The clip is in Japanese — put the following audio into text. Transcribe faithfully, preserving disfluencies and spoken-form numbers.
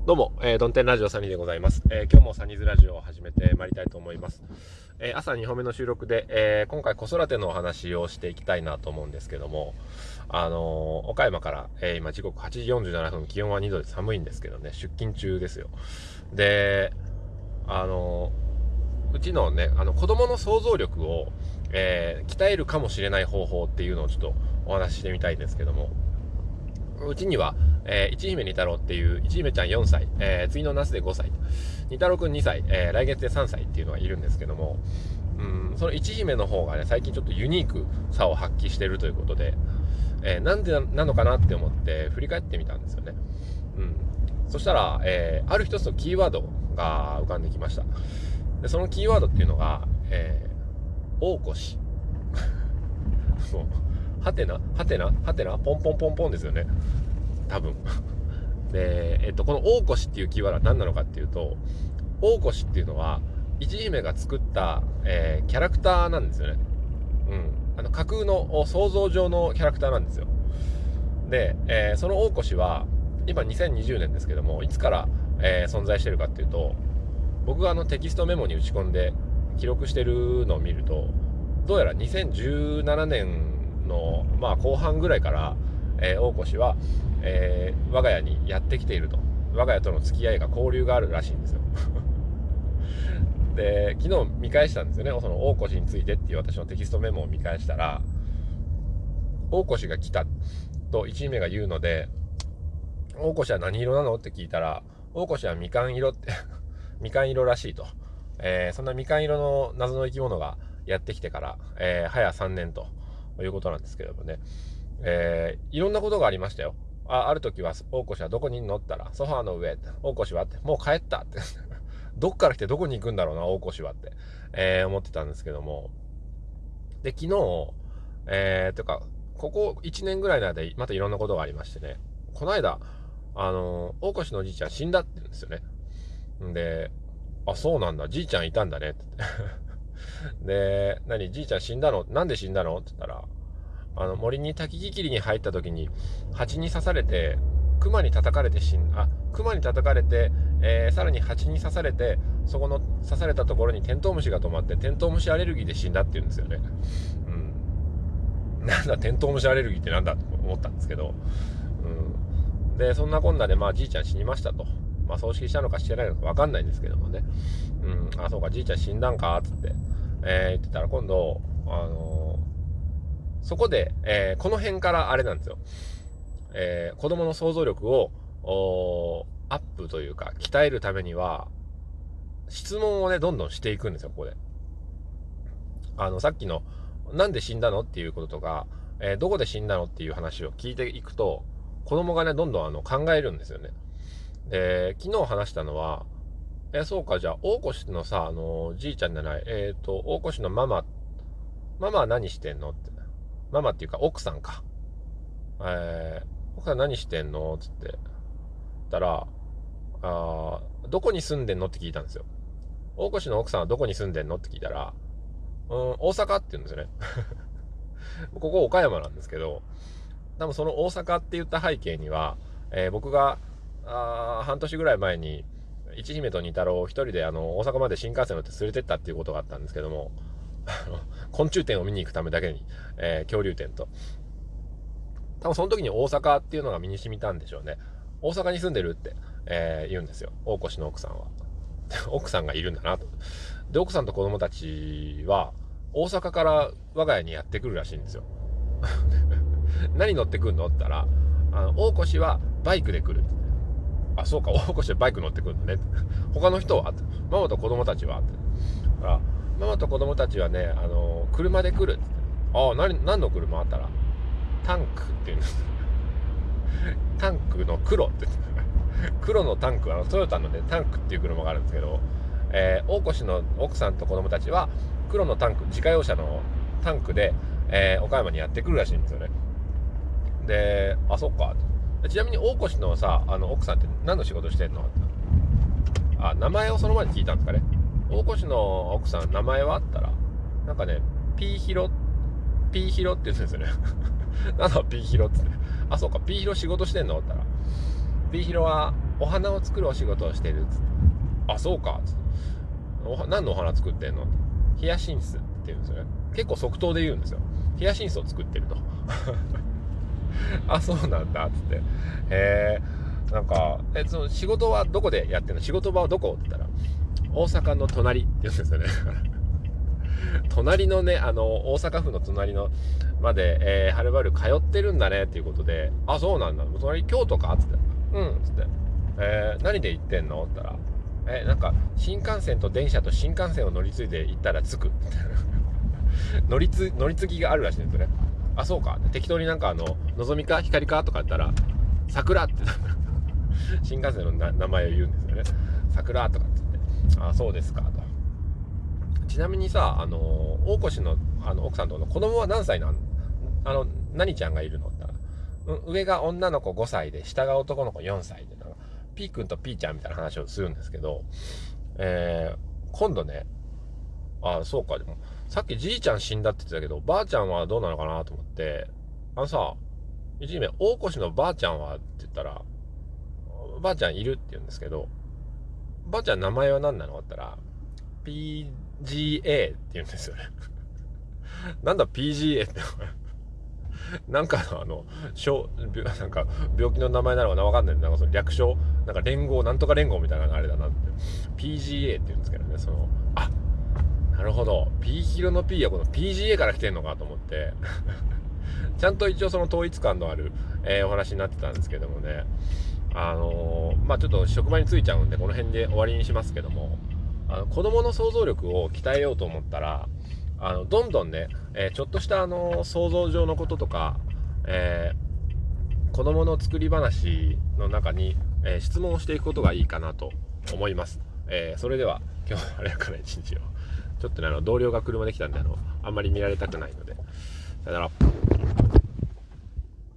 どうも、えー、ドンテンラジオサニーでございます。えー、今日もサニーズラジオを始めてまいりたいと思います。えー、朝にほんめの収録で、えー、今回子育てのお話をしていきたいなと思うんですけども、あのー、岡山から、えー、今時刻はちじよんじゅうななふん、気温はにどで寒いんですけどね、出勤中ですよ。で、あのー、うちのね、あの子供の想像力を、えー、鍛えるかもしれない方法っていうのをちょっとお話ししてみたいんですけども、うちには、えー、一姫に太郎っていう一姫ちゃんよんさい、えー、次の夏でごさい、に太郎くんにさい、えー、来月でさんさいっていうのがいるんですけども、うん、その一姫の方がね、最近ちょっとユニークさを発揮してるということで、えー、なんでなのかなって思って振り返ってみたんですよね。うん。そしたら、えー、ある一つのキーワードが浮かんできました。で、そのキーワードっていうのが、えー、大越。もう、はてなはてなはてなポンポンポンポンですよね。多分。で、えっと、この大越っていうキーワードは何なのかっていうと、大越っていうのは、一姫が作った、えー、キャラクターなんですよね。うん。あの、架空の想像上のキャラクターなんですよ。で、えー、その大越は、今にせんにじゅうねんですけども、いつから、えー、存在してるかっていうと、僕があのテキストメモに打ち込んで記録してるのを見ると、どうやらにせんじゅうななねんの、まあ、後半ぐらいから、えー、大越は、えー、我が家にやってきていると。我が家との付き合いが交流があるらしいんですよ。で、昨日見返したんですよね。その大越についてっていう私のテキストメモを見返したら、大越が来たと一姫が言うので、大越は何色なのって聞いたら、大越はみかん色ってみかん色らしいと。えー、そんなみかん色の謎の生き物がやってきてから、えー、早さんねんということなんですけれどもね。えー、いろんなことがありましたよ。あ、ある時は、大越はどこにいんのって言ったら、ソファーの上って、大越はって、もう帰ったって。どっから来てどこに行くんだろうな、大越はって、えー、思ってたんですけども。で、昨日、えー、とか、ここいちねんぐらいの間でまたいろんなことがありましてね。この間、あのー、大越のおじいちゃん死んだって言うんですよね。んで、あ、そうなんだ、じいちゃんいたんだねって。で、何、じいちゃん死んだのなんで死んだのって言ったら、あの森に焚き木切りに入った時に蜂に刺されて熊に叩かれて死んあ熊に叩かれて、えー、さらに蜂に刺されてそこの刺されたところにテントウムシが止まってテントウムシアレルギーで死んだって言うんですよね。うん、なんだテントウムシアレルギーってなんだと思ったんですけど、うん、でそんなこんなでまあじいちゃん死にましたと。まあ葬式したのかしてないのか分かんないんですけどもね、うん、あそうかじいちゃん死んだんかっつって、えー、言ってたら今度あのーそこで、えー、この辺からあれなんですよ。えー、子供の想像力をアップというか、鍛えるためには、質問をね、どんどんしていくんですよ、ここで。あの、さっきの、なんで死んだのっていうこととか、えー、どこで死んだのっていう話を聞いていくと、子供がね、どんどんあの考えるんですよね。で、昨日話したのは、えー、そうか、じゃあ、大越のさ、あのー、じいちゃんじゃない、えっと、大越のママ、ママは何してんのって。ママっていうか、奥さんか。えー、奥さん何してんのつって。たら、あどこに住んでんのって聞いたんですよ。大越の奥さんはどこに住んでんのって聞いたら、うん、大阪って言うんですよね。ここ岡山なんですけど、多分その大阪って言った背景には、えー、僕があ半年ぐらい前に一姫と二太郎を一人であの大阪まで新幹線乗って連れてったっていうことがあったんですけども、昆虫展を見に行くためだけに、えー、恐竜展と。多分その時に大阪っていうのが身に染みたんでしょうね。大阪に住んでるって、えー、言うんですよ。大越の奥さんは。奥さんがいるんだなと。で、奥さんと子供たちは、大阪から我が家にやってくるらしいんですよ。何乗ってくるのって言ったら、あの、大越はバイクで来る。あ、そうか、大越でバイク乗ってくるのね。他の人はママと子供たちはだからママと子供たちはね、あの、車で来るって。ああ、何、何の車あったら、タンクって言うんです。タンクの黒って黒のタンク、あのトヨタのねタンクっていう車があるんですけど、えー、大越の奥さんと子供たちは黒のタンク、自家用車のタンクで、えー、岡山にやってくるらしいんですよね。で、あ、そっか。ちなみに大越のさ、あの奥さんって何の仕事してんの？あ、名前をその前に聞いたんですかね。大越の奥さん名前はあったら、なんかね、ピーヒロ、ピーヒロって言うんですよね。なんだピーヒロって。あ、そうか、ピーヒロ仕事してんのって言ったら、ピーヒロはお花を作るお仕事をしてるっつって、あそうかっつって、お何のお花作ってんの、ヒヤシンスって言うんですよね。結構即答で言うんですよ。ヒヤシンスを作ってるとあそうなんだっつって、へえなんかえその仕事はどこでやってるの、仕事場はどこって言ったら、大阪の隣って言うんですよね隣のね、あの大阪府の隣のまで、えー、はるばる通ってるんだねっていうことで、あそうなんだ、隣京都かっつって、うんっつって、えー、何で行ってんのって言ったら、えなんか新幹線と電車と新幹線を乗り継いで行ったら着く乗りつ乗り継ぎがあるらしいんですよね。あそうか、適当になんかあののぞみか光かとか言ったら桜って新幹線のな名前を言うんですよね。桜とかって言って、あそうですかと。ちなみにさ、あの大越のあの奥さんとの子供は何歳なの、あの何ちゃんがいるのって言ったら、うん、上が女の子ごさいで下が男の子よんさいで、なんかピーくんとピーちゃんみたいな話をするんですけど、えー、今度ね、あそうか、でもさっきじいちゃん死んだって言ってたけど、ばあちゃんはどうなのかなと思って、あのさ、いち名大越のばあちゃんはって言ったら、ばあちゃんいるって言うんですけど、ばあちゃん名前は何なのって言ったら ピージーエー って言うんですよねなんだ ピージーエー ってなんかのあのなんか病気の名前なのかな、わかんない、なんかその略称、なんか連合なんとか連合みたいなのあれだなって、 ピージーエー って言うんですけどね、そのあなるほど、 P ヒロの P はこの ピージーエー から来てんのかと思ってちゃんと一応その統一感のある、えー、お話になってたんですけどもね、あのー、まあちょっと職場についちゃうんでこの辺で終わりにしますけども、あの子供の想像力を鍛えようと思ったら、あのどんどんね、えー、ちょっとしたあの想像上のこととか、えー、子供の作り話の中に、えー、質問をしていくことがいいかなと思います。えー、それでは今日は晴れやかな一日を。ちょっとね、あの同僚が車で来たんで、あのあんまり見られたくないので、さよなら。